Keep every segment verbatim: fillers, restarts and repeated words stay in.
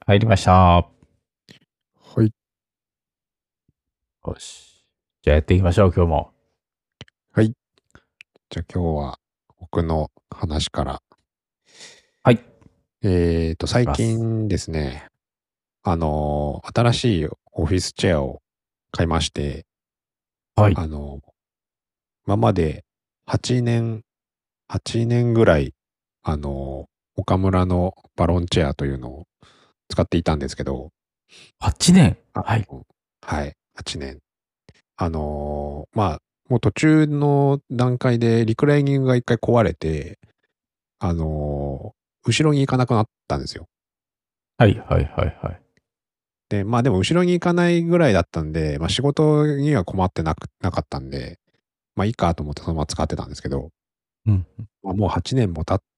入りました。 はい。 よし。じゃあやっていきましょう、今日も。 はい。じゃあ今日は僕の話から。 はい。 えっと、最いきます。 近ですね、あの、新しいオフィスチェアを買いまして、 はい。 あの、今まではちねん、はちねんぐらい、あの、岡村のバロンチェアというのを使っていたんですけど、 はちねん。 あはい。 の、はい、はちねん。あの、まあ、もう途中の段階でリクライニングが一回壊れて、あの、後ろに行かなくなったんですよ。 はい、はい、はい、はい。 で、まあでも後ろに行かないぐらいだったんで、まあ仕事には困ってなく、なかったんで、まあいいかと思ってそのまま使ってたんですけど、 うん。 まあもうはちねんも経って、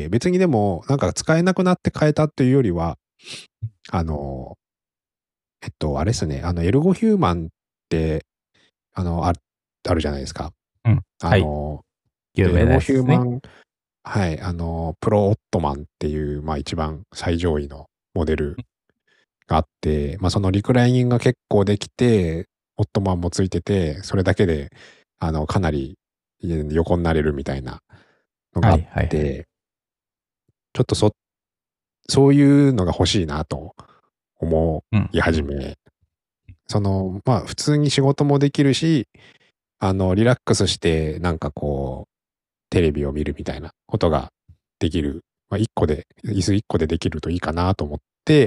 別にでもなんか使えなくなって変えたっていうよりは、あの、えっと、あれですね、あの、エルゴヒューマンって、あの、あ、あるじゃないですか。 うん。 あはい。 の、で、エ有名なルゴやつですね。 ヒューマン、はい、あの、プロオットマンっていう、まあ一番最上位のモデルがあって、まあそのリクライニングが結構できて、オットマンもついてて、それだけで、あの、かなり横になれるみたいなのがあっはい、はい、はい。 て、ちょっとそ、そういうのが欲しいなと思うん、 いうん。 始め、その、まあ普通に仕事もできるし、あの、リラックスしてなんかこう、テレビを見るみたいなことができる。まあ一個で、椅子一個でできるといいかなと思って、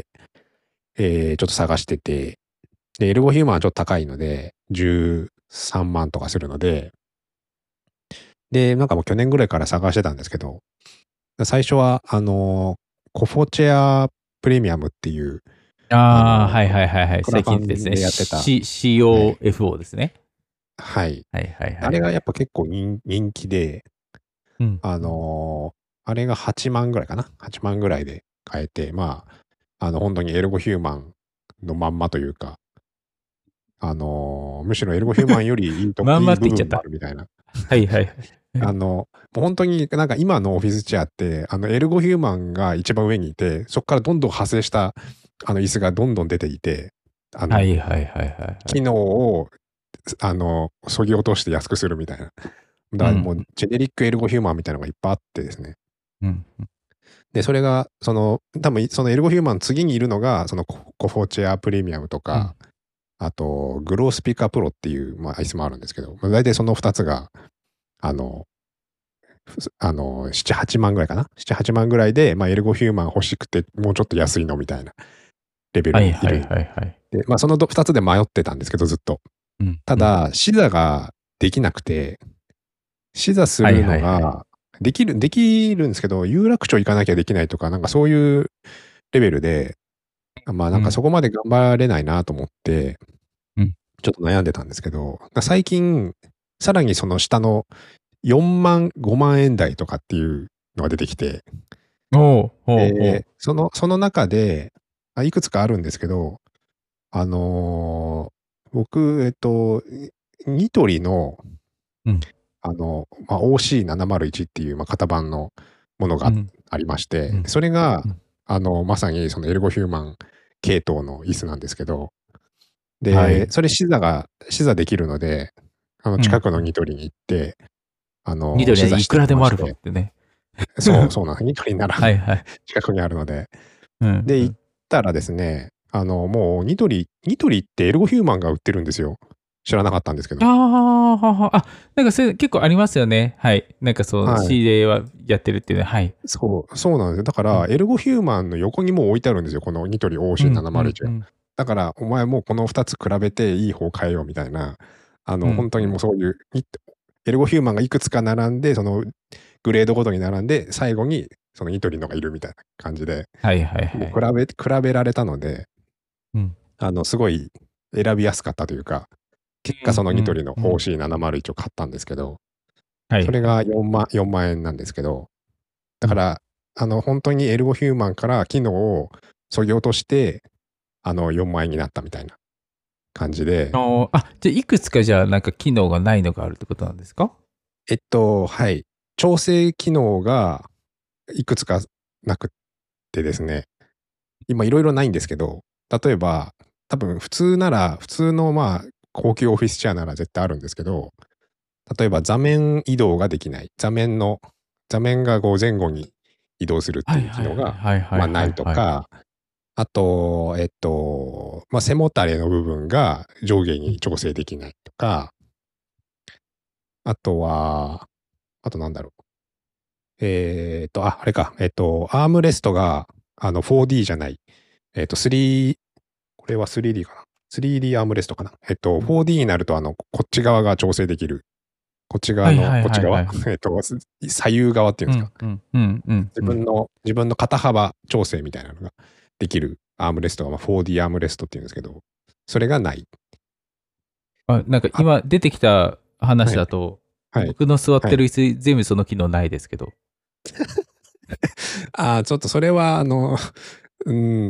えーちょっと探してて、で、エルゴヒューマンはちょっと高いので、じゅうさんまんとかするので、で、なんかもう去年ぐらいから探してたんですけど、最初は、あの、コフォチェアプレミアムっていう、あああ、 の、 はい、はい、はい、はい。 クラ最ファン近ですね。 でやってた、 C、 はい。 COFO ですね。 はい。 はい、はい、はい、はい。 あれがやっぱ結構人人気で、 うん。 あの、あれがはちまんぐらいかな。はちまんぐらいで買えて、まあ、あの、本当にエルゴヒューマンのまんまというか、あの、むしろエルゴヒューマンよりいいと、 まんまいい部分もあって言っちゃった。 るみたいな。 はい、はい、はい。 あの、もう本当になんか今のオフィスチェアって、あの、エルゴヒューマンが一番上にいて、そこからどんどん派生した、あの、椅子がどんどん出ていて、あの、 はい、はい、はい、はい、は機い。 能を、あの、削ぎ落として安くするみたいな。だからもうん、 う、ジェネリックエルゴヒューマンみたいなのがいっぱいあってですね。 うん。 で、それが、その、多分、そのエルゴヒューマン次にいるのが、そのココフォーチェアプレミアムとうん。 か、あと、グロースピーカープロっていう、まあ、椅子もあるんですけど、まあ、大体そのふたつが、あの、あの、なな、はちまんぐらいかな？ なな、はちまんぐらいで、まあ、エルゴヒューマン欲しくて、もうちょっと安いのみたいなレベルはい、 にいる。 はい、はい、はい。 で、まあ、そのふたつで迷ってたんですけど、ずっと。 うん、うん。 ただ、視座ができなくて、視座すはい、 るはい、はい。 のが、できる、できるんですけど、有楽町行かなきゃできないとか、なんかそういうレベルで、まあなんかそうん、 こまで頑張れないなと思って、 うん。 ちょっと悩んでたんですけど、最近、さらにその下のよんまん、ごまん円台とかっていうのが出てきて、 おう、ほう、ほで、その、その中で、あいくつかあるんですけど、あのー僕、えっと、ニトリの、 う。うん、 あの、まあ、オーシーななまるいち っていう、まあ、型番のものがうん、 ありまして、 うん、 それが、 うん。 あの、まさにそのエルゴヒューマン系統の椅子なんですけど、で、 はい。 それ視座が、視座できるので、あの、 うん。 近くのニトリに行って、あの、 緑はい視座してくらでもあるぞっきまして、 てね。 そう、そうなんです。ニトリならはいはい。 近くにあるので。 うん、 で、行っうん。 たらですね、あの、もうニトリ、ニトリってエルゴヒューマンが売ってるんですよ。知らなかったんですけあど。 あ、はは。あ、なんかそれ結構ありますよね。はい。なんかそう、 はい。 仕入れはやってるっていうね。はい。 そう、そうなんですよ。だから、 うん。 エルゴヒューマンの横にもう置いてあるんですよ。このニトリうん、うん、 オーシーななまるいち が。 うん。 だから、お前もうこのふたつ比べていい方変えようみたいな、あの、 うん、 本当にもうん。 うそういう、ニエルゴヒューマンがいくつか並んで、そのグレードごとに並んで、最後にそのニトリのがいるみたいな感じで、 はいはいはい。 もう比べ、比べられたので、 うん。 あの、すごい選びやすかったというか、結果そうん、 のニトリのうん、うん。 オーシーななまるいち を買ったんですけど、 はいそれがはいはい。 よんまん、よんまん円なんですけど、 うん。 だから、あの、本当にエルゴヒューマンから機能を削ぎ落として、あの、よんまん円になったみたいな感じで、 ああ、じゃあいくつかじゃあなんか機能がないのがあるってことなんですか？ えっと、はい。調整機能がいくつかなくってですね。 今いろいろないんですけど、例えば、多分普通なら、普通のまあ、高級オフィスチェアなら絶対あるんですけど、例えば座面移動ができない。座面の、座面がこう前後に移動するっていう機はいはい能が、 はいはいまあないはいはい。 とか、あと、えっと、まあ背もたれの部分が上下に調整できないとか、あとは、あとなんだろう。えっと、あ、あれか。えっと、アームレストが、あの、フォーディー じゃない。えっと、スリー、これは スリーディー かな。スリーディー アームレストかな。えっと、フォーディー になると、あの、こっち側が調整できる。こっち側の、 はいはいこっち側はいはい。 えっと、左右側っていうんですか。 うんうんうんうんうん。 自分の、自分の肩幅調整みたいなのができるアームレストが、まあ、フォーディー アームレストっていうんですけど、それがない。 あ、なんかあ、 今出てきたはい、 話だと、 はい、 僕の座っはい。 てる椅子全部その機能ないですけど。 ああ、ちょっとそれは、あの、うん、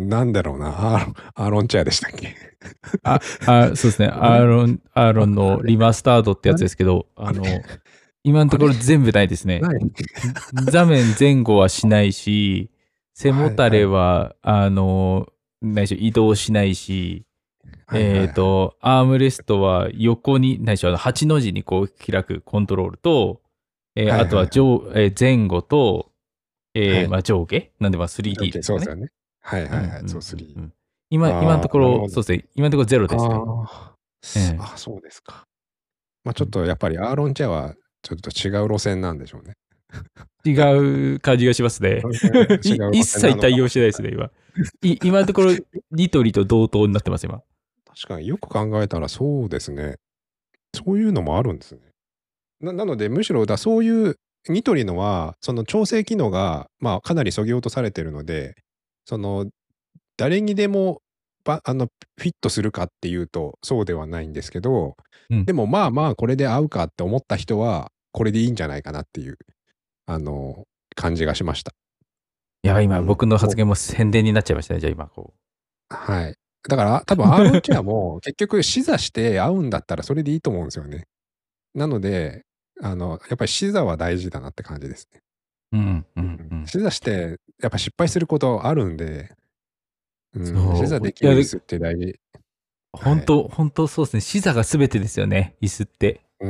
なんだろうな。アーロン、アーロンチェアでしたっけ？ あ、あ、そうですね。 あれアーロン、アーロあ、 ンのあれリマスタードってやあれつですけど、 あれあの、今のとあれころ全部ないですね。 ない。 座面前後はしないし、背もたはいはい。 れは、あの、何でしょう、移動しないし、 はいはいはい。 えっと、アームレストは横に、何でしょう、あのはちの字にこう開くコントロールと、えーあとはいはいはい。 は上、えー前後と、 はい。 えーまあ、上下なんでまあ スリーディー で OK、 すかね。 そうですよね。はいうんうんはいはい。そう、スリー。 うんうん。今、今のああ、 ところ、 なるほど。 そうですね。今のところゼロですね。 あえあ、あ、そうですか。まあちょっうんとやっぱりアーロンチェアはちょっと違う路線なんでしょうね。 違う感じがしますね。 違いう路一切線なのか対応してないですもしれない。 ね、今。い今のところ、ニトリと同等になってます、今。 確かによく考えたらそうですね。そういうのもあるんですね。ななので、むしろだそういうニトリのは、その調整機能が、まあ、かなり削ぎ落とされてるので、その、誰にでもばあのフィットするかっていうと、そうではないんですけど、 うん。 でもまあまあ、これで合うかって思った人は、これでいいんじゃないかなっていう、あの、感じがしました。 やばい、今、 うん。 僕のもう、 発言も宣伝になっちゃいましたね、じゃあ今、こはい。だから多分アーロンチェアも結局視座して合うんだったらそれでいいと思うんですよね。なので、あの、やっぱり視座は大事だなって感じですね。 う。うん、ううん、うん。 ん。 視座して、やっぱ失敗することあるんで、うん、視座そう。いや、でできる椅子って大事。はい。 本当本当そうですね。視座が全てですよね、椅子って。 うん、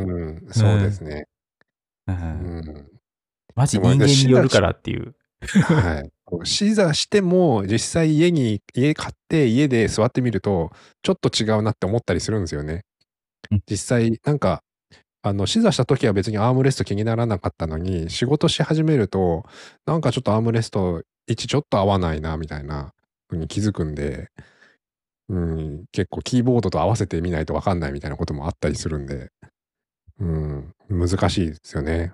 そうでうん。 すね。 ううん。 ん。 マジでも、 人間によるか視座し、 らっていう。 はい。視座しても、実際家に、家買って家で座ってみると、ちょっと違うなって思ったりするんですよね。 うん実際、なんか、あの、視座した時は別にアームレスト気にならなかったのに、仕事し始めると、なんかちょっとアームレスト位置ちょっと合わないな、みたいな風に気づくんで、うん、結構キーボードと合わせてみないとわかんないみたいなこともあったりするんで、うん、難しいですよね。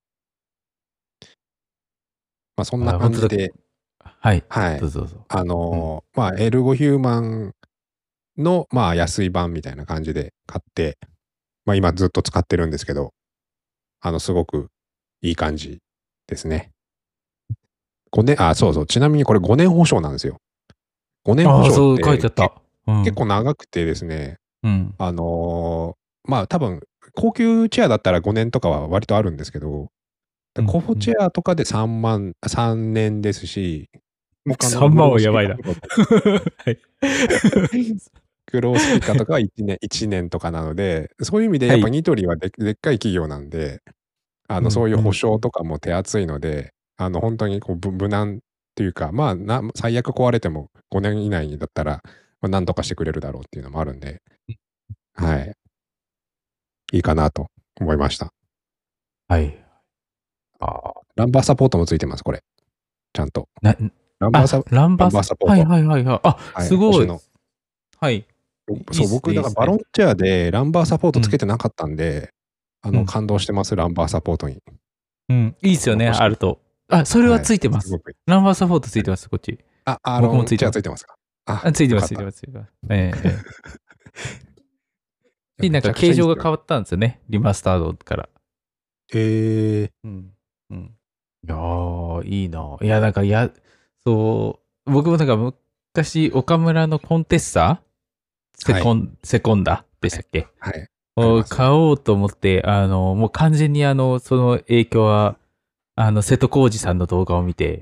まあそんなあ、本当だ。 感じで、 はい。 はい。 どうぞどうぞ。 あうん。 のーまあエルゴヒューマンの、まあ安い版みたいな感じで買って、まあ今ずっと使ってるんですけど、あの、すごくいい感じですね。ごねん、あ、そうそう。ちなみにこれごねん保証なんですよ。ごねん保ああ、 証っそう書いててけあった。うん。 結構長くてですね、 うん。 あのーまあ多分、高級チェアだったらごねんとかは割とあるんですけど、 うん。 コフうん。 チェアとかでさんまん、さんねんですし、他の 3 グロー万はやばいな。 スピーカーとかはい。 グロースピーカーとかはいちねん、いちねんとかなので、そういう意味でやっぱはい。 ニトリはででっかい企業なんで、あの、 うん。 そういう保うん。 証とかも手厚いので、あの、本当にこう、ぶ無難っていうか、まあ、な最悪壊れてもごねん以内にだったら、まあ、何とかしてくれるだろうっていうのもあるんで、はい、いいかなと思いました。 はい。 ああ、ランバーサポートもついてます、これ。ちゃんと。 な、 ランバーサあ、ランランバス。はいバーサポート。 はいはいはい。あ、 はい、 すごい。 星の。 はい。いいいそう、 っすね、 僕、だからバロンいいっすね。 チェアでランバーサポートつけうん。 てなかったんで、あの、 うん。 感動してます、ランバーサポートに。 うん。いいっすよね、 欲しい。 あると。あ、それははい。 ついてます。 すごくいい。 ナンバーサポートついてます、こっち。 あ、アー僕ロンチもついてます。 ェアついてますか？あ、 あ、ついてます、 よかった。 ついてます、ついてます。ええ、ええ。 いや、 で、なんめちゃくちゃか形いいっすよね。 状が変わったんですよね。リマスタードから。 へえ。 うん。うん。いやー、いいな。いや、なんか、や、そう、僕もなんか昔、岡村のコンテッサセはい。 コン、セコンダでしはい。 たっけはい。ありをますね。 買おうと思って、あの、もう完全にあの、その影響は、あの、瀬戸康史さんの動画を見て、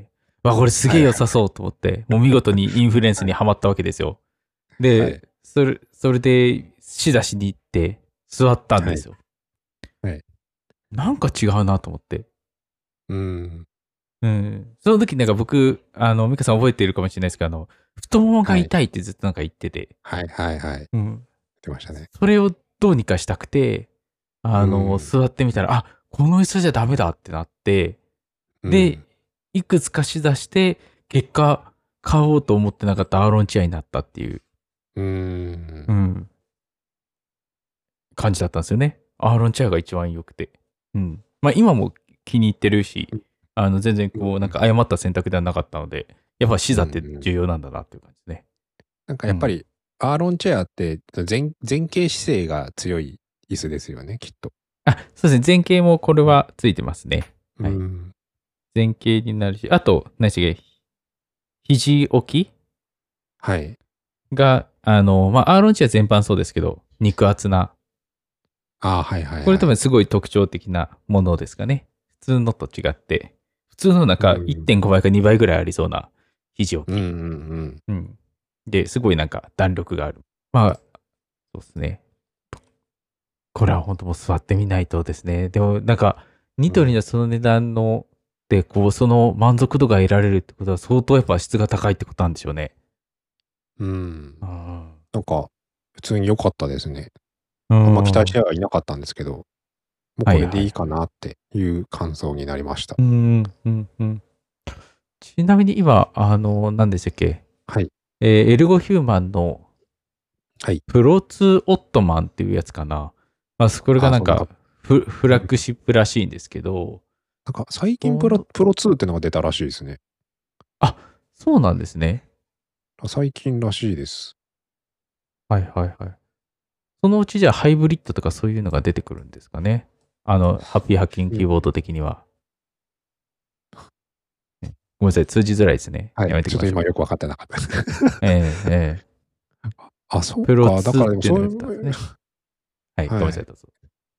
わ、これすげえ良さそうと思って、もう見事にインフルエンスにはまったわけですよ。で、 はいそれ、それで、しだしに行って、座ったんですよ。 はいはいなんか違うなと思って。 うん。 うん。その時なんか僕、あの、ミカさん覚えているかもしれないですけど、あの、太ももが痛いってずっとなんか言ってて、 はいはいはい。言うん。 ってましたね。 それをどうにかしたくて、あの、 うん座ってみたら、あ、この椅子じゃダメだってなって、で、 うんいくつかしだして、結果、買おうと思ってなかったアーロンチェアになったっていう、 う。 うんん、感じだったんですよね。アーロンチェアが一番良くて。うん。まあ今も気に入ってるし、あの、全然こう、なんか誤った選択ではなかったので、やっぱ視座って重要なんだなっていう感じですね。 なんかやっぱり、アーロンチェアって前前傾姿勢が強い椅子ですよね、きっと。 あ、そうですね。前傾もこれはついてますね。はいうん。 前傾になるし、あと、何でしたっけ、肘置きはい。 が、あの、まあ、アーロンチェア全般そうですけど、肉厚な、 ああ、はいはいはい。 これ多分すごい特徴的なものですかね。普通のと違って、普通のなんかうんいってんごばいかにばいぐらいありそうな肘置き。 うんうんうん。で、すごいなんか弾力がある。まあ、そうですね。これは本当もう座ってみないとですね。でもなんか、ニトリのその値段の、で、こう、その満足度が得られるってことは相当やっぱ質が高いってことなんでしょうね。 うん。うん。 うん。 なんか、普通に良かったですね。 ああんま期待してはいなかったんですけど、もうこはいはいれでいいかなっていう感想になりました。 うん、うん、うん。ちなみに今、あの、何でしたっけ、 はい。 えーエルゴヒューマンのはい。 プロツーオットマンっていうやつかな。まあ、これがなんかあそんなフ、フラッグシップらしいんですけど、 なんか最近プロプロツーってのが出たらしいですね。 あ、そうなんですね。 最近らしいです。 はいはいはい。そのうちじゃあハイブリッドとかそういうのが出てくるんですかね。あの、ハッピーハッキングキーボード的には。ねごめんなさい、通じづらいですね。 はい。 やめてちょっときましょう。 今よく分かってなかった。 ええええあ、そうプロか。だツーっていうからでもそうのが出たんですね。はい、 はいごめんなさい、どうぞ。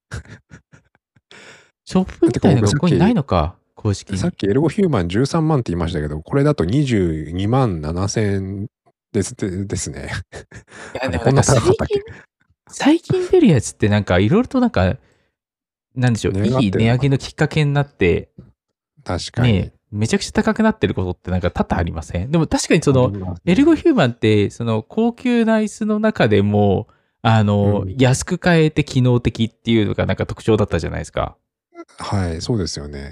ショップみたいなのがここにないのか、公式に。 さっきエルゴヒューマンじゅうさんまんって言いましたけど、これだとにじゅうにまんななせんですですね。 いや、でもこんななんか最高かったっけ近、最近出るやつってなんかいろいろとなんか、なんでしょう、 値上がってるのかないい値上げのきっかけになって、 確かに。 ね、めちゃくちゃ高くなってることってなんか多々ありません？でも確かにその、 ありますねエルゴヒューマンって、その高級な椅子の中でも、あの、 うん安く買えて機能的っていうのがなんか特徴だったじゃないですか。 はい、そうですよね。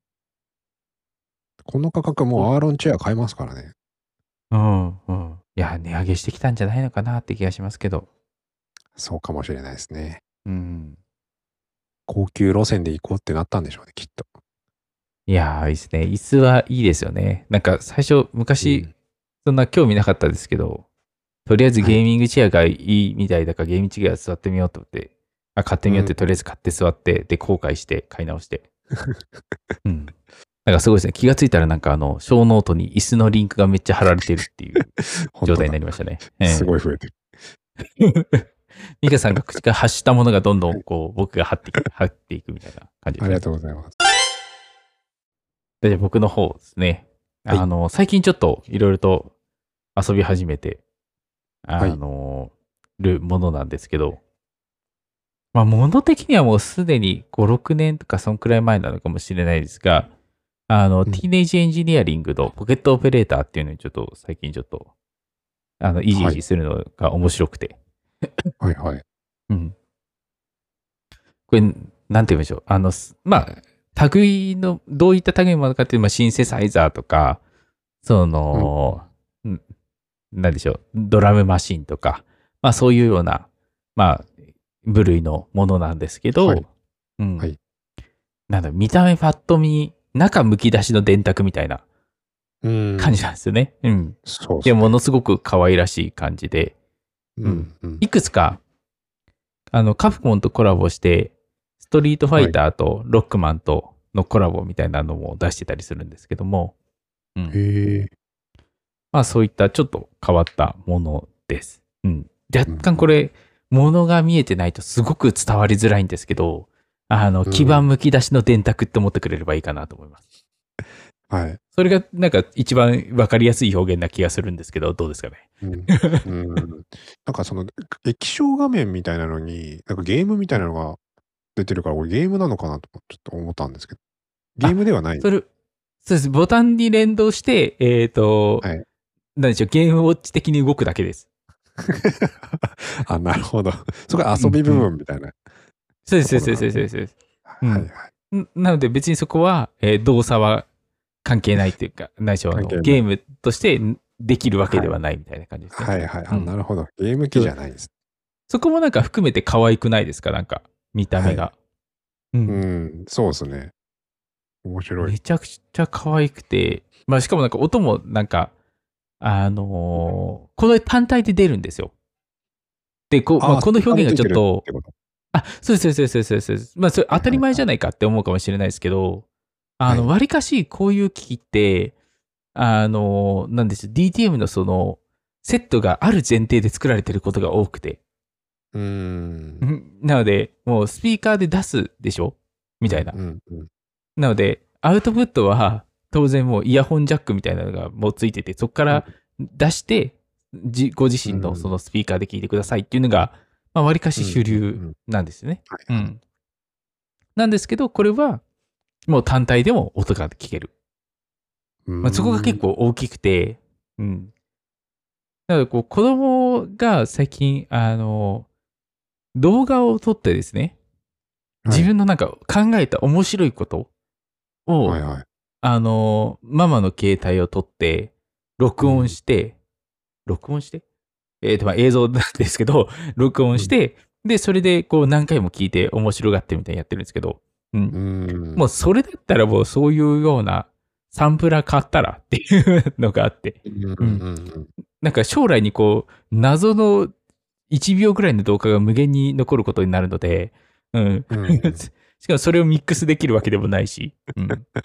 この価格もうアーロンチェア買えますからね。 うん、うん。いや、値上げしてきたんじゃないのかなって気がしますけど。 そうかもしれないですね。 うん。 高級路線で行こうってなったんでしょうね、きっと。 いやー、いいですね。椅子はいいですよね。なんか最初、昔、 うんそんな興味なかったですけど、とりあえずゲーミングチェアがいいみたいだから、ゲーミングチェア座ってみようと思って、あ、買ってみようって、 うんとりあえず買って座って、で、後悔して買い直して。うん。なんかすごいですね。気がついたらなんかあの、小ノートに椅子のリンクがめっちゃ貼られてるっていう状態になりましたね。ええすごい増えてる。 ミカさんが口から発したものがどんどんこう、僕が貼っていく、貼っていくみたいな感じですね。 ありがとうございます。 でじゃあ僕の方ですね。 はいあの、最近ちょっといろいろと遊び始めて、あはいの、るものなんですけど、まあ、もの的にはもうすでにご、ろくねんとかそんくらい前なのかもしれないですが、あの、 んティーネージエンジニアリングのポケットオペレーターっていうのにちょっと最近ちょっと、あの、いじいじするのが面白くて。 はいはい。 うん。これ、なんて言うんでしょう。あの、すまあ、類の、どういった類のものかっていうと、まあ、シンセサイザーとか、その、うんなんでしょう、ドラムマシンとか、まあ、そういうような、まあ、部類のものなんですけど、 はいうん。 はいなんだ、見た目パッと見、中むき出しの電卓みたいなうん。 感じなんですよね。うん。で、 そうですね。 ものすごく可愛らしい感じで、 うん。うんいくつか、あの、カプコンとコラボして、ストリートファイターとロックマンとのコラボみたいなのも出してたりするんですけども、うん、 へえ。 まあそういったちょっと変わったものです。うん。若干これ、ものが見えてないとすごく伝わりづらいんですけど、あの、 うん基板むき出しの電卓って思ってくれればいいかなと思います。 はい。 それがなんか一番わかりやすい表現な気がするんですけど、どうですかね。 うん。うん。なんかその、液晶画面みたいなのに、なんかゲームみたいなのが出てるから、これゲームなのかなとちょっと思ったんですけど。ゲームではない。 それ、そうです。ボタンに連動して、えっ、と、 はい。 なんでしょう、ゲームウォッチ的に動くだけです。 あ、なるほど。そこが遊び部分みたいな。 そうです、そうです、そうです、そうです。うんはいはい。 んなので別にそこは、えー動作は関係ないっていうか、ないしょあの関係ないゲームとしてできるわけではないみたいな感じですね。 はいはい。あ、 うんなるほど。ゲーム機じゃないんです。 そこもなんか含めて可愛くないですか、なんか見た目が。うんうん、そうですね。面白い。 めちゃくちゃ可愛くて、まあしかもなんか音もなんか、あのーこの単体で出るんですよ。で、こう、まあ、この表現がちょっと、あ、そうです、そうです、そうです、そうですそうです。まあ、それ当たり前じゃないかって思うかもしれないですけど、あの、 はいわりかしこういう機器って、あの、なんです、ディーティーエム のその、セットがある前提で作られてることが多くて。 うーん。 うんなので、もうスピーカーで出すでしょみたいな。 うんうん。 なので、アウトプットは当然もうイヤホンジャックみたいなのがもうついてて、そこから出して、じご自身のそのスピーカーで聞いてくださいっていうのが、まあ、割かし主流なんですよね。 はいはいうん。なんですけど、これはもう単体でも音が聞ける。まあ、そこが結構大きくて、うん。なので、こう、子供が最近、あの、動画を撮ってですね、自分のなんか考えた面白いことを、 はいはい。 あの、ママの携帯を撮って、録音して、録音してえっ、と、まあ映像なんですけど、録音して、で、それでこう何回も聞いて面白がってみたいにやってるんですけど、うん。 うん。 もうそれだったらもうそういうようなサンプラー買ったらっていうのがあって、 うんうんうんなんか将来にこう、謎のいちびょうくらいの動画が無限に残ることになるので、うん。 うんうんしかもそれをミックスできるわけでもないし、うん。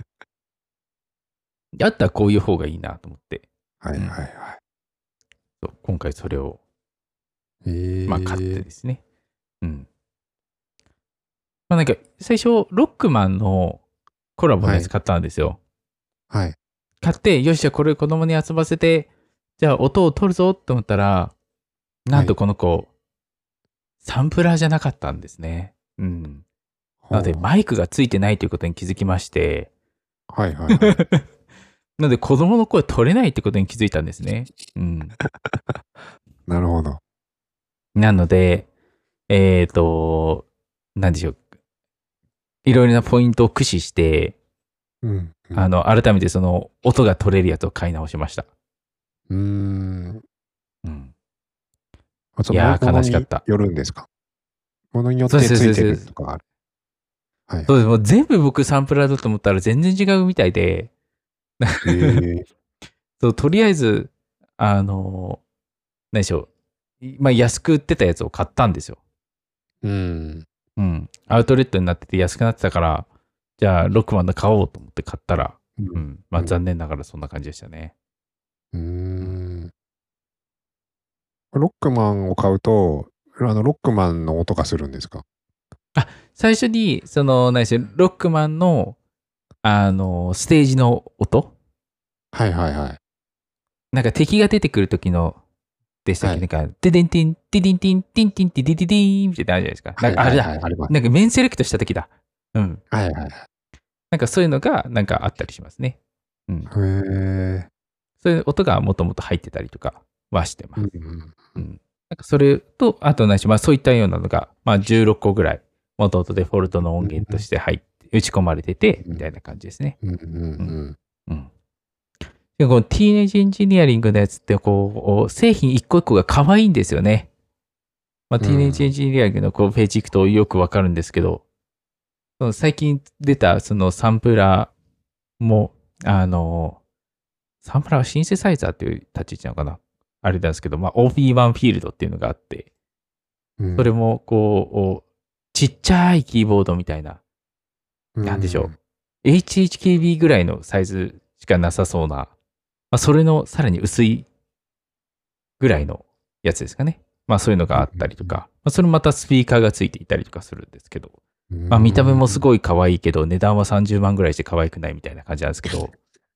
だったらこういう方がいいなと思って、 はいはいはい。 そう今回それを、 えーまあ買ってですね。うん。まあなんか最初、ロックマンのコラボのやつ買ったんですよ。 はい。 買って、よし、じゃあこれ子供に遊ばせて、じゃあ音を取るぞって思ったら、なんとこの子、サンプラーじゃなかったんですね。うん。なので、 ほうマイクがついてないということに気づきまして、 はいはいはい。 なので子供の声取れないってことに気づいたんですね。うん。 なるほど。 なので、えっ、と、なんでしょう。いろいろなポイントを駆使して、 うん。 あの、改めてその音が取れるやつを買い直しました。 うーん。 うん。 あそいやーのもの悲しかったによるんですか？ものによってつそうですいてるそうですとかある。はい。 そうです。もう全部僕サンプラーだと思ったら全然違うみたいで、 えー、 そうとりあえず、あの、何でしょう。まあ、安く売ってたやつを買ったんですよ。 うん。 うん。アウトレットになってて安くなってたから、じゃあ、ロックマンの買おうと思って買ったら、 う。 うんん。まあ、 うん残念ながらそんな感じでしたね。 うーん。ロックマンを買うと、あの、ロックマンの音がするんですか？ 最初に、その、何でしょう、ロックマンの、あの、ステージの音はいはいはい。 なんか敵が出てくる時の、でしたっけ、 はいなんか、デデンティン、ディディンティン、ティンティンティディディディーンみたいなのあるじゃないですか。なんかあれだ。 はいはいはい、あります。 なんか面セレクトした時だ。うん。 はいはいはい。 なんかそういうのがなんかあったりしますね。うん。 へえ。 そういう音がもともと入ってたりとかはしてます。 うんうん。なんかそれと、あと何しろ、まあそういったようなのが、まあじゅうろっこぐらい、元々デフォルトの音源として入って、打ち込まれてて、みたいな感じですね。 うんうんうんうん。でこのティーネージエンジニアリングのやつって、こう、製品一個一個が可愛いんですよね。まあ、ティーネージエンジニアリングのこうページ行くとよくわかるんですけど、その最近出たそのサンプラーも、あの、サンプラーはシンセサイザーっていう立ち位置なのかなあれなんですけど、まあ オーピーワン フィールドっていうのがあって、 うん。 それもこう、ちっちゃいキーボードみたいな、なんでしょう。エイチエイチケービー ぐらいのサイズしかなさそうな、まあ、それのさらに薄いぐらいのやつですかね。まあそういうのがあったりとか、まあ、それまたスピーカーがついていたりとかするんですけど、 うん。 まあ見た目もすい。 ごい可愛いけど、値段はさんじゅうまんぐらいして可愛くないみたいな感じなんですけど、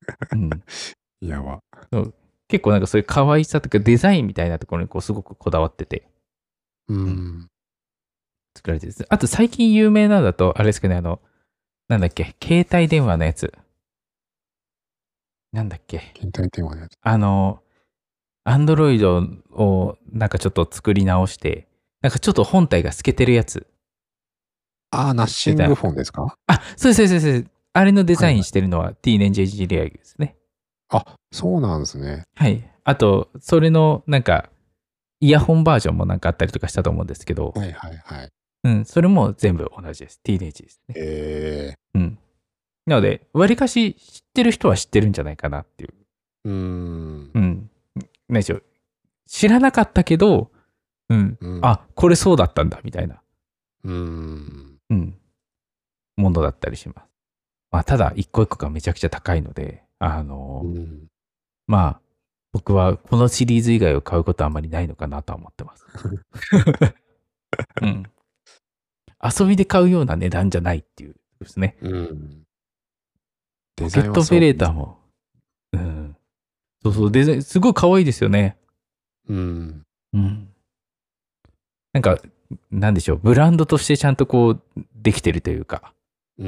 うん。 やば。 結構なんかそういう可愛さとかデザインみたいなところにこうすごくこだわっててうん。 作られてるんです。あと最近有名なのだと、あれですかね、あの、なんだっけ、携帯電話のやつ。なんだっけ。 携帯電話のやつ。 あの、アンドロイドをなんかちょっと作り直して、なんかちょっと本体が透けてるやつ。 ああ、ナッシングフォンですか？ あ、そうです、そうです、そうです。あれのデザインはいはい。 してるのは T ネンジェンジリアルですね。 あ、そうなんですね。 はい。あと、それのなんか、イヤホンバージョンもなんかあったりとかしたと思うんですけど、 はいはいはい。 うん、それも全部同じです。T ネンジですね。 えうん。なので、わりかし知ってる人は知ってるんじゃないかなっていう。 ー、うーん。 うん。何でしょう。知らなかったけど、うん。 うん。 あ、これそうだったんだ、みたいな、 うーん。 うん。ものだったりします。まあ、ただ、一個一個がめちゃくちゃ高いので、あの、 うん。 まあ、僕はこのシリーズ以外を買うことはあまりないのかなとは思ってます。うん。遊びで買うような値段じゃないっていうですね。 うん。デポケザインはットオペすごくいいです。 レーターも、うん。そうそう、デザイン、すごい可愛いですよね。 うん。 うん。なんか、なんでしょう、ブランドとしてちゃんとこう、できてるというか、 うん。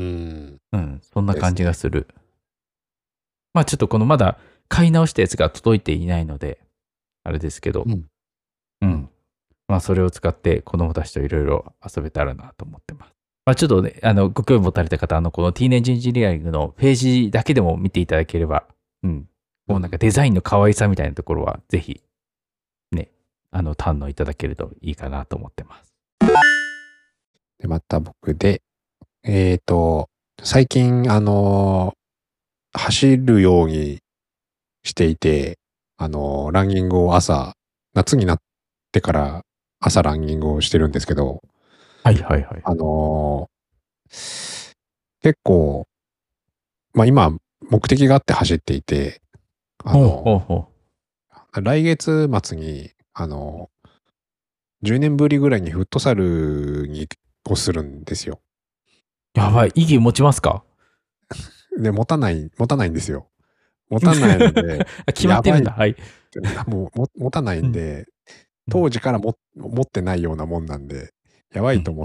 うん、そんな感じですね。 がする。まあちょっとこのまだ買い直したやつが届いていないので、あれですけど、 うん。 ううん。 ん。まあそれを使って子供たちといろいろ遊べたらなと思ってます。まあちょっとね、あの、ご興味持たれた方、あの、このティーネージエンジニアリングのページだけでも見ていただければ、うん。 う。 もうなんかデザインの可愛さみたいなところは、ぜひ、ね、あの、堪能いただけるといいかなと思ってます。 で、また僕で、えっと、最近、あの、走るようにしていて、あの、ランニングを朝、夏になってから朝ランニングをしてるんですけど、 はいはいはい。 あの、結構、まあ今、目的があって走っていて、あほうほうの、 ほ来月末に、あの、じゅうねんぶりぐらいにフットサルにをするんですよ。 う。やばい、意義持ちますか？ で、持たない、持たないんですよ。持たないので、 あ決まってるんだ。 やばいっはい。 て、もうも持たないうん。 んで、 うん当時からも持ってないようなもんなんで、やばうんいと思って、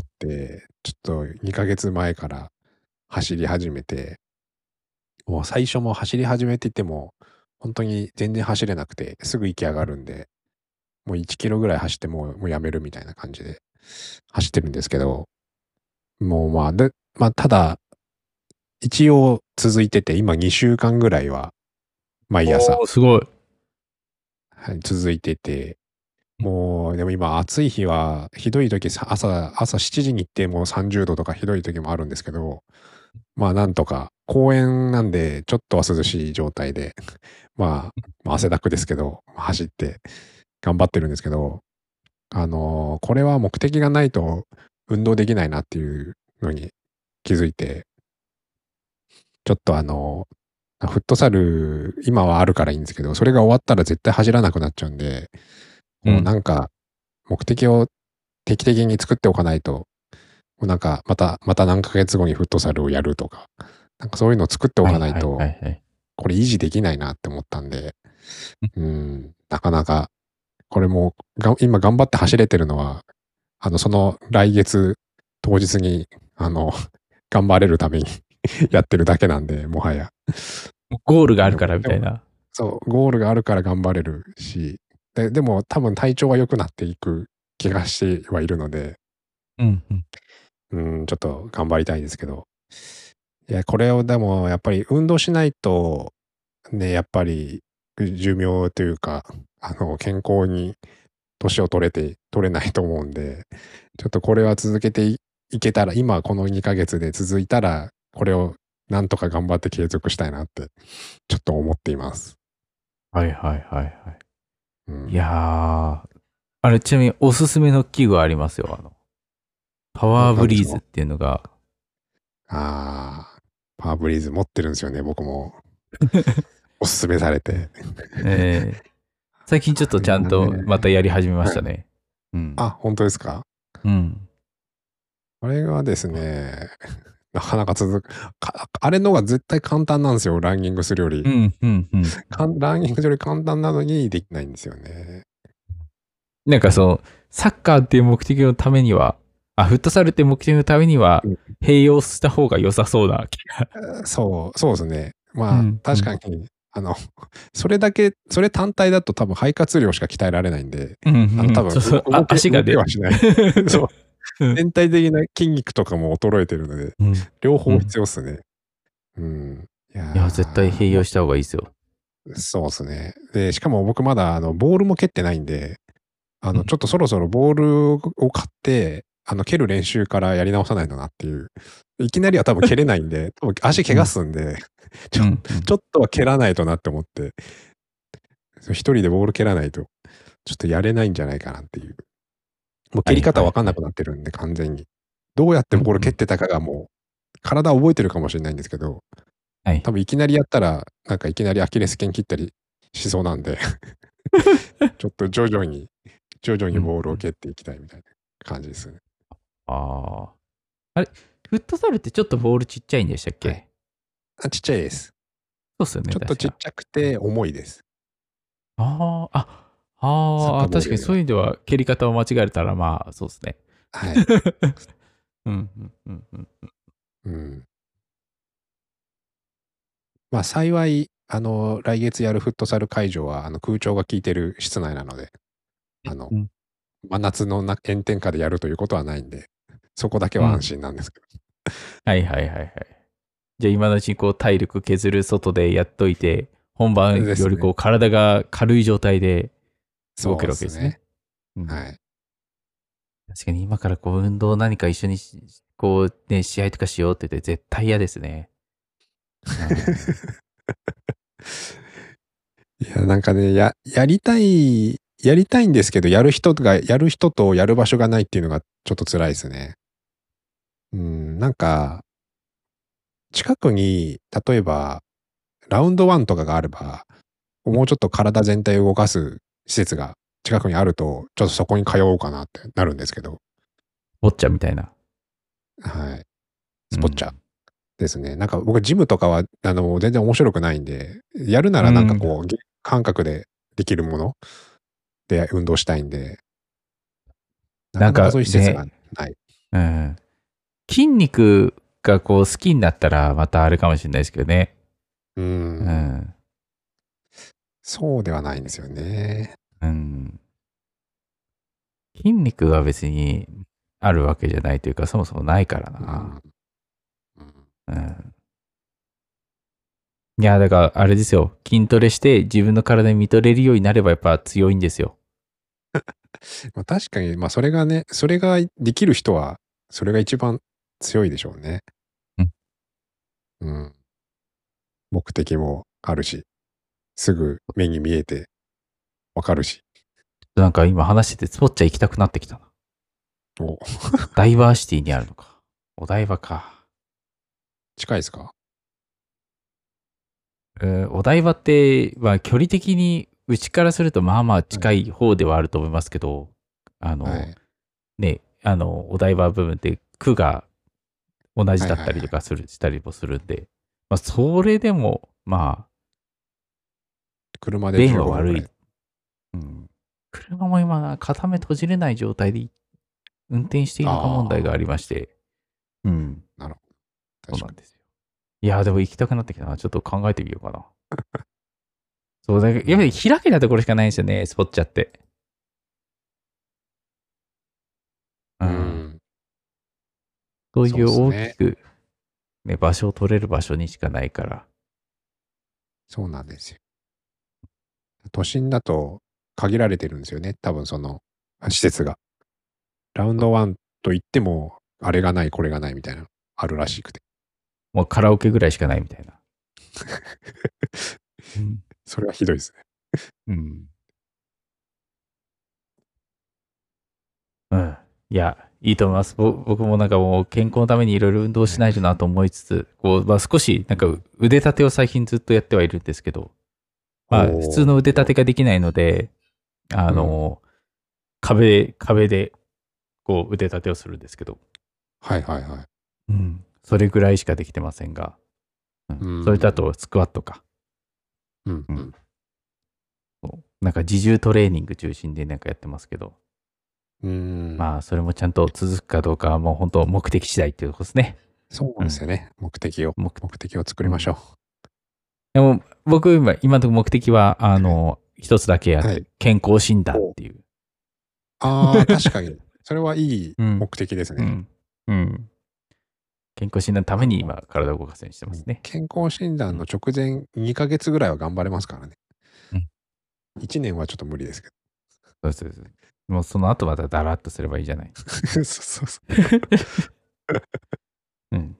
ちょっとにかげつまえから走り始めて、もう最初も走り始めていても、本当に全然走れなくて、すぐ息上がるんで、もういちキロぐらい走ってもうもうやめるみたいな感じで走ってるんですけど、もうまあ、で、まあただ、一応続いてて、今にしゅうかんぐらいは毎朝、 おー、すごい。 はい、続いてて、もう、でも今暑い日は、ひどい時さ、朝、朝しちじに行ってもうさんじゅうどとかひどい時もあるんですけど、まあなんとか、公園なんでちょっとは涼しい状態で、まあ、まあ汗だくですけど、走って頑張ってるんですけど、あのーこれは目的がないと運動できないなっていうのに気づいて、ちょっとあのーフットサル、今はあるからいいんですけど、それが終わったら絶対走らなくなっちゃうんで、こうなんか目的を定期的に作っておかないと、もうなんかまた、また何ヶ月後にフットサルをやるとか、なんかそういうのを作っておかないと、 はいはいはいはい。 これ維持できないなって思ったんで、うん、なかなか、これもが今頑張って走れてるのは、あの、その来月当日に、あの、頑張れるためにやってるだけなんで、もはや。 ゴールがあるからみでもたいな。 そう、ゴールがあるから頑張れるし、で、でも多分体調は良くなっていく気がしてはいるので、 うんうん。 うん、ちょっと頑張りたいですけど。いや、これをでもやっぱり運動しないと、ね、やっぱり寿命というか、あの、健康に年を取れて、取れないと思うんで、ちょっとこれは続けてい、いけたら、今このにかげつで続いたら、これをなんとか頑張って継続したいなって、ちょっと思っています。 はいはいはいはい。 うん、 いやー、あれ、ちなみにおすすめの器具ありますよ。あの、パワーブリーズっていうのが。 ああ、パワーブリーズ持ってるんですよね、僕も。おすすめされて。 えー、最近ちょっとちゃんとまたやり始めましたね。うん。 あ、本当ですか？ うん。 これがですね、 なかなか続く。かあれの方が絶対簡単なんですよ、ランニングするより。 うん、うん、うん。 かんランニングするより簡単なのにできないんですよね。 なんかその、サッカーっていう目的のためには、あ、フットサルっていう目的のためにはうん、 併用した方が良さそうな気が。 そう、そうですね。まあ、 うん確かに、あの、それだけ、それ単体だと多分肺活量しか鍛えられないんで、 うん、 あの、多分そうそうあ動け、動足がね。 けはしない。そう。 うん全体的な筋肉とかも衰えてるので、 うん両方必要っすね。うん。いやいや、絶対併用ーした方がいいですよ。 そうですね。で、しかも僕まだ、あの、ボールも蹴ってないんで、あの、 うんちょっとそろそろボールを買って、あの、蹴る練習からやり直さないとなっていう。いきなりは多分蹴れないんで、多分足怪我すんで、ちょうんちょっとは蹴らないとなって思って、一人でボール蹴らないと、ちょっとやれないんじゃないかなっていう。もう蹴り方わかんなくなってるんで、完全に。どうやってボール蹴ってたかがもう、体覚えてるかもしれないんですけど、 はい多。分いきなりやったら、なんかいきなりアキレス腱切ったりしそうなんで、ちょっと徐々に、徐々にボールを蹴っていきたいみたいな感じですね。 ああ。あれ、フットサルってちょっとボールちっちゃいんでしたっけ、 はいあちっちゃいです。 そうっすよね。 ちょっとちっ確かちゃくて重いです。 ああ、あ、 サッカーボールよりはああ、確かにそういう意味では蹴り方を間違えたら、まあ、そうですね。 はい。 うん、うん、うん、うん。 うん。まあ幸い、あの、来月やるフットサル会場は、あの、空調が効いてる室内なので、あの、 うん真夏のな炎天下でやるということはないんで、そこだけは安心なんですけど。 はいはいはいはい。じゃあ今のうちにこう体力削る外でやっといて、本番よりこう体が軽い状態で動けるわけですね。うんはい。 確かに今からこう運動何か一緒にしこうね、試合とかしようって言って絶対嫌ですね。 いや、なんかね、や、やりたい、やりたいんですけど、やる人が、やる人とやる場所がないっていうのがちょっと辛いですね。うん、なんか、近くに、例えば、ラウンドワンとかがあれば、もうちょっと体全体を動かす施設が近くにあると、ちょっとそこに通おうかなってなるんですけど、 ボッチャみたいな。 はい。スポッチャですね。なんか僕、ジムとかは、あの、全然面白くないんで、やるならなんかこう、感覚でできるもので運動したいんで、なかなかそういう施設がない。 うん。筋肉がこう好きになったらまたあれかもしれないですけどね。 うー。 うんん。 そうではないんですよね。 うん。筋肉が別にあるわけじゃないというか、そもそもないからうな。 ん。うんうん。いや、だからあれですよ。筋トレして自分の体に見とれるようになればやっぱ強いんですよ。 まあ確かに、まあそれがね、それができる人は、それが一番強いでしょうね。 うん。 うん。目的もあるし、すぐ目に見えてわかるし。 なんか今話しててスポッチャ行きたくなってきたな。 お、 ダイバーシティにあるのか。お台場か。 近いですか？ うんお台場って、まあ距離的にうちからするとまあまあ近い方ではあると思いますけど、あの、 はい。 ね、あの、お台場部分って区が同じだったりとかする、したりもするんで、まあそれでも、まあ、 車で15 便は悪い分ぐらい。。 うん。車も今、片目閉じれない状態で運転しているか問題がありまして、うん。 なるほど。確かに。 そうなんですよ。いや、でも行きたくなってきたな。ちょっと考えてみようかな。そう、だからやっぱり開けたところしかないんですよね、スポッチャって。う。 うんん。 そういう大そうっすねきく、ね、場所を取れる場所にしかないから。 そうなんですよ。都心だと限られてるんですよね。多分その施設が。ラウンドワンと言っても、あれがない、これがないみたいなのあるらしくて。 もうカラオケぐらいしかないみたいな。うん。 それはひどいですね。 うん。うん。いや、いいと思います。ぼ僕もなんかもう健康のためにいろいろ運動しないとなと思いつつ、こう、まあ少しなんか腕立てを最近ずっとやってはいるんですけど、まあおー普通の腕立てができないので、あの、壁、壁でこう腕立てをするんですけど、 はいはいはい。 うん。 それぐらいしかできてませんが、うんうんそれとあとスクワットか。 うんううんん。そうなんか自重トレーニング中心でなんかやってますけど、 うんまあそれもちゃんと続くかどうかはもう本当目的次第っていうことですね。 そうですよね。目的を、 目目的を作りましょでも僕今、今のところ目的は、あの、一つだけあって、 はい健康診断っていう。 う。ああ、確かに。それはいいうん目的ですね。 うん。うん。健康診断のために今、体を動かすようにしてますね。 健康診断の直前にかげつぐらいは頑張れますからね。 うんいちねんはちょっと無理ですけそうそうそう。もうその後またダラッとすればいいじゃない。 ど。そうそうそう。 うん。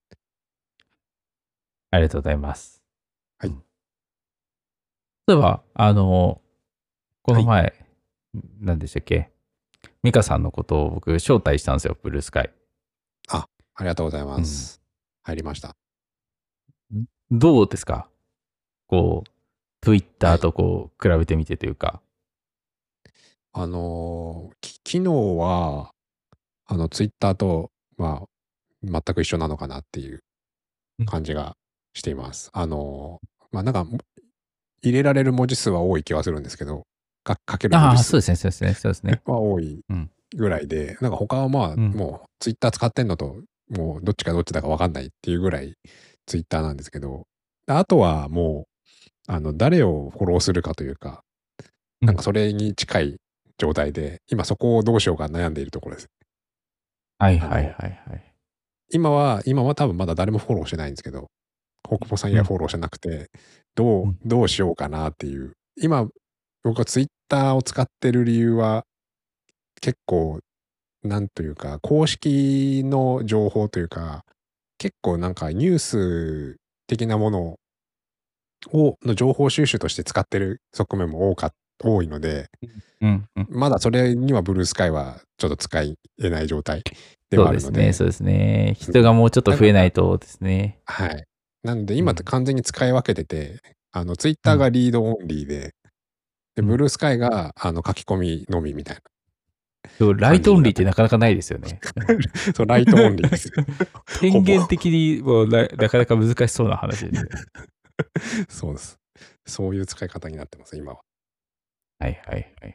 ありがとうございます。 はいうん例えば、あの、この前、何でしたっけミカさんのことを僕、招待したんですよ、ブルースカイ。 ありがとうございます。入りました。 どうですかこう、Twitter とこう、比べてみてというか。 あのーき機能は、あの、ツイッターと、まあ、全く一緒なのかなっていう感じがしています。あのーまあ、なんか、入れられる文字数は多い気はするんですけど、か書けるああ、 文字数そうですね、そうですね、そうですね。 は多いうんぐらいで、なんか他はまあ、 うんもうツイッター使ってんのと、もうどっちかどっちだか分かんないっていうぐらいツイッターなんですけど、あとはもう、あの、誰をフォローするかというか、 うんなんかそれに近い状態で、今そこをどうしようか悩んでいるところです。 はいはいはいはい。 今は、今は多分まだ誰もフォローしてないんですけど、大久保さん以外フォローしてなくて、どう、 うんどうしようかなっていう。今、僕はツイッターを使ってる理由は、結構、なんというか、公式の情報というか、結構なんかニュース的なものを、の情報収集として使ってる側面も多か多いので、 うんうん。 まだそれにはブルースカイはちょっと使い得ない状態でそはあるので、 うですね、そうですね。人がもうちょっと増えないとですね。 はい。なので今ってうん完全に使い分けてて、あの、ツイッターがリードオンリーで、で、 うんブルースカイがあの書き込みのみみたいそうライトオンリーってなかなかないですよね。 な。そう、ライトオンリーです。 権限的にもうななかなか難しそうな話ですね。 そうです。そういう使い方になってます、今は。 はいはいはい。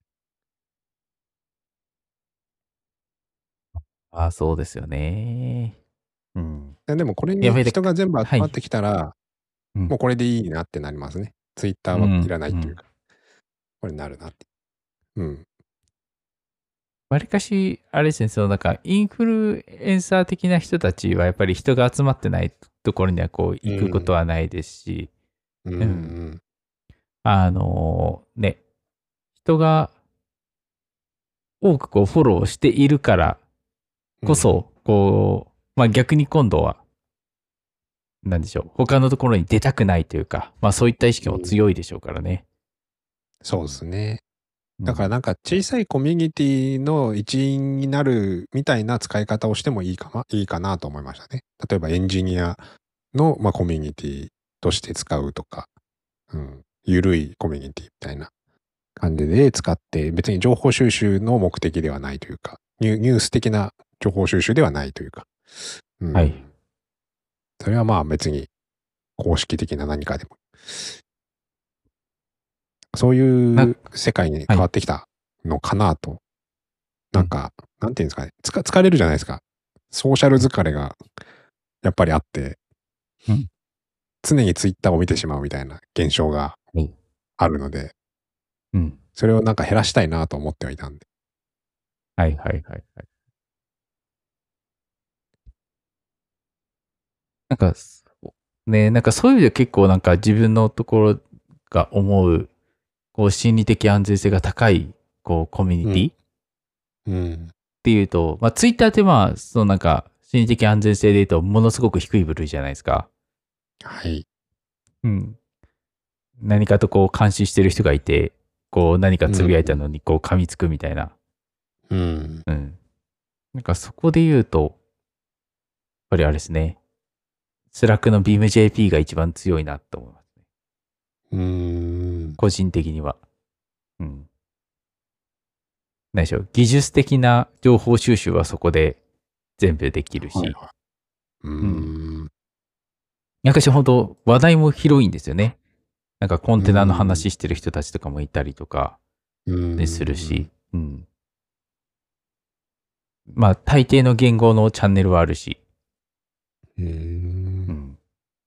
ああ、そうですよね。うん。 ででもこれにやべえ人が全部集まってきたら、 うんもうこれでいいなってなりますね。ツイッターはいらないっていうか、これになるなって。うん。 わりかし、あれですね、そのなんか、インフルエンサー的な人たちは、やっぱり人が集まってないところには、こう、行くことはないですし、 うん。ううんん。 あのーね、人が多くこう、フォローしているからこそ、こう、まあ逆に今度は、なんでしょう、他のところに出たくないというか、まあそういった意識も強いでしょうからね。 そうですね。 うんだからなんか小さいコミュニティの一員になるみたいな使い方をしてもいいかな、いいかなと思いましたね。例えばエンジニアの、まあ、コミュニティとして使うとか、うん、ゆるいコミュニティみたいな感じで使って、別に情報収集の目的ではないというか、ニュニュース的な情報収集ではないというか、うん、 はい。 それはまあ別に公式的な何かでも、そういう世界に変わってきたのかなと。なんか、なんていうんですかね。つか疲れるじゃないですか。ソーシャル疲れがやっぱりあって、 うん常にツイッターを見てしまうみたいな現象がうんあるので、 うん。 それをなんか減らしたいなと思ってはいたんで。 はいはいはいはい。なんか、ね、なんかそういう意味で結構なんか自分のところが思う、こう心理的安全性が高い、こうコミュニティ、 うん。 っていうと、まあ、ツイッターってまあ、そのなんか、心理的安全性で言うと、ものすごく低い部類じゃないですか。 はい。 うん。何かとこう監視してる人がいて、こう何かつぶやいたのにこう噛みつくみたいな。 うん。 うん。なんかそこで言うと、やっぱりあれですね。スラックの ビームジェーピー が一番強いなと思いますね。 うーん。 個人的には。うん。何でしょう。技術的な情報収集はそこで全部できるし、 はいはうーん。 なんかし本当話題も広いんですよね。なんかコンテナの話してる人たちとかもいたりとかでするし、うん。まあ大抵の言語のチャンネルはあるし、 うー。 うんん。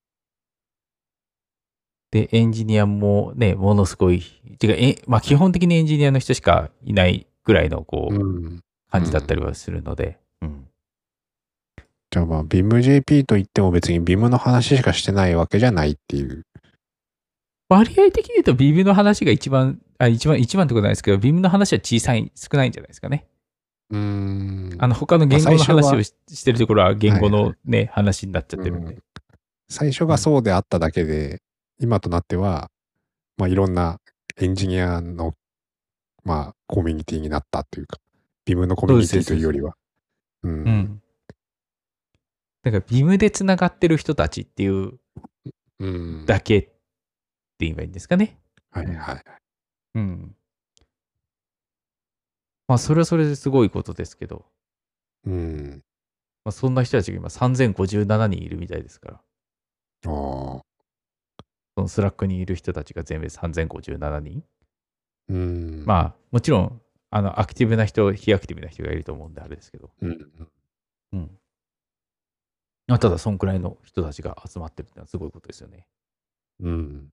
で、エンジニアもね、ものすごい、てか、え、まあ基本的にエンジニアの人しかいないぐらいのこう、 うん。 感じだったりはするので、うん。 じゃあまあ BIMJP といっても別に Vim の話しかしてないわけじゃないっていう。 割合的に言うと Vim の話が一番、あ、一番、一番ってことないですけど、Vim の話は小さい、少ないんじゃないですかね。 うーん。 あの、他の言語のまあ最初は話をししてるところは言語はいのね、話になっちゃってるんで。 うん最初がそうであっただけで、今となっては、まあいろんなエンジニアの、まあコミュニティになったというか、Vim のコミュニティというよりは。う。 うんん。だから Vim でつながってる人たちっていううん。 だけって言えばいいんですかね。 はいはい。 うん。まあ、それはそれですごいことですけど、 うん。 まあ、そんな人たちが今さんぜんごじゅうななにんいるみたいですから、 ああ。 そのスラックにいる人たちが全部さんぜんごじゅうななにん。 うん。 まあ、もちろん、あの、アクティブな人、非アクティブな人がいると思うんであれですけど、 うん。 うん。まあ、ただ、そんくらいの人たちが集まってるってのはすごいことですよね。 うん。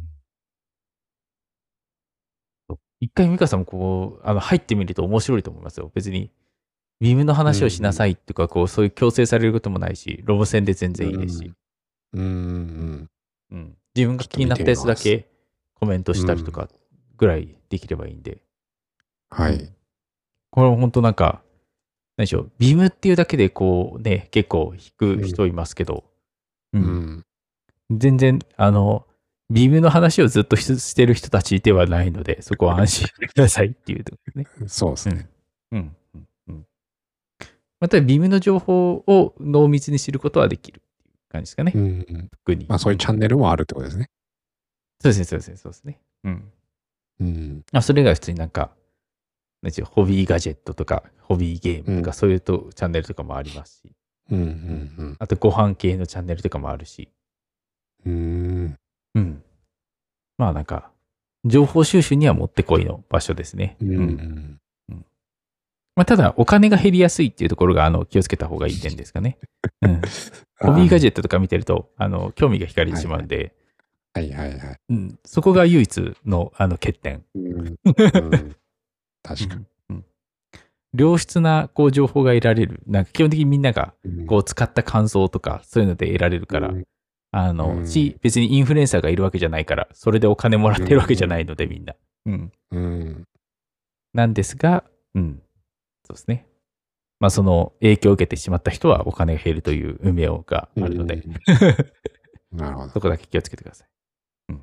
そう一回、美香さんもこう、あの、入ってみると面白いと思いますよ。別に、Vim の話をしなさいとか、こう、そういう強制されることもないし、ロボ戦で全然いいですし、 うん。うん。 うん。自分が気になったやつだけコメントしたりとかぐらいできればいいんで。うんはい。 これは本当なんか、何でしょう、Vim っていうだけでこうね、結構引く人いますけど、う。 うんん。 全然、あの、Vim の話をずっとししてる人たちではないので、そこは安心してくださいっていうところですね。 そうですね。 うん。うん。うん。また、Vim の情報を濃密に知ることはできるっていう感じですかね。 うん。 特に。 まあそういうチャンネルもあるってことですね。 そうですね、そうですね、そうですね。うん。 うん。 あ、それ以外は普通になんか、なんでしょうホビーガジェットとか、ホビーゲームとか、 うんそういうとチャンネルとかもありますし、 うん。うん。 あとご飯系のチャンネルとかもあるし、 うん。 うん。まあなんか、情報収集にはもってこいの場所ですね。 ううん。 ん。 まあただ、お金が減りやすいっていうところが、あの、気をつけた方がいい点ですかね。うん。ホビーガジェットとか見てると、あの、興味が惹かれてしまうんで、 はいはいはい。 うん。そこが唯一の、あの、欠点。 うん。うん確かうんうん良質なこう情報が得られる。なんか基本的にみんながに。 こう使った感想とかそういうので得られるから、 うんあの、 うんし、別にインフルエンサーがいるわけじゃないから、それでお金もらってるわけじゃないのでみんな。うん。 うん。 なんですが、うん。そうですね。まあその影響を受けてしまった人はお金が減るという運命があるので、 うん。なるほど。 そこだけ気をつけてください。うん。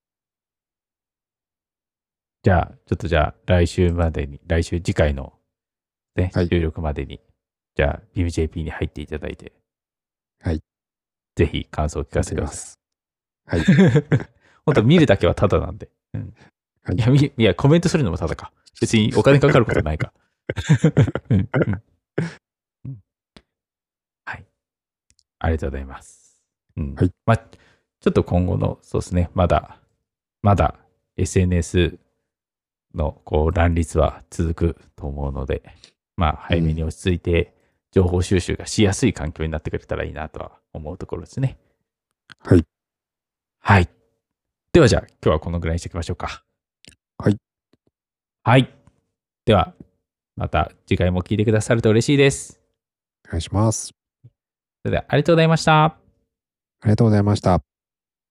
じゃあ、ちょっとじゃあ来週までに、来週次回のね、 はい収録までに、じゃあ ビームジェーピー に入っていただいて、 はい。 ぜひ感想を聞かせてください。 はい。 本当見るだけはタダなんで。うんはいいや、みいや、コメントするのもタダか。別にお金かかることないか。うんうんうんはい。ありがとうございます。うんはいまあ、ちょっと今後の、そうですね、まだ、まだ エスエヌエス のこう乱立は続くと思うので、まあ、早めに落ち着いて、情報収集がしやすい環境になってくれたらいいなとは思うところですね。 はい。 はい。ではじゃあ、今日はこのぐらいにしておきましょうか。 はい。 はい。では、また次回も聞いてくださると嬉しいです。 お願いします。 それでは、ありがとうございました。 ありがとうございました。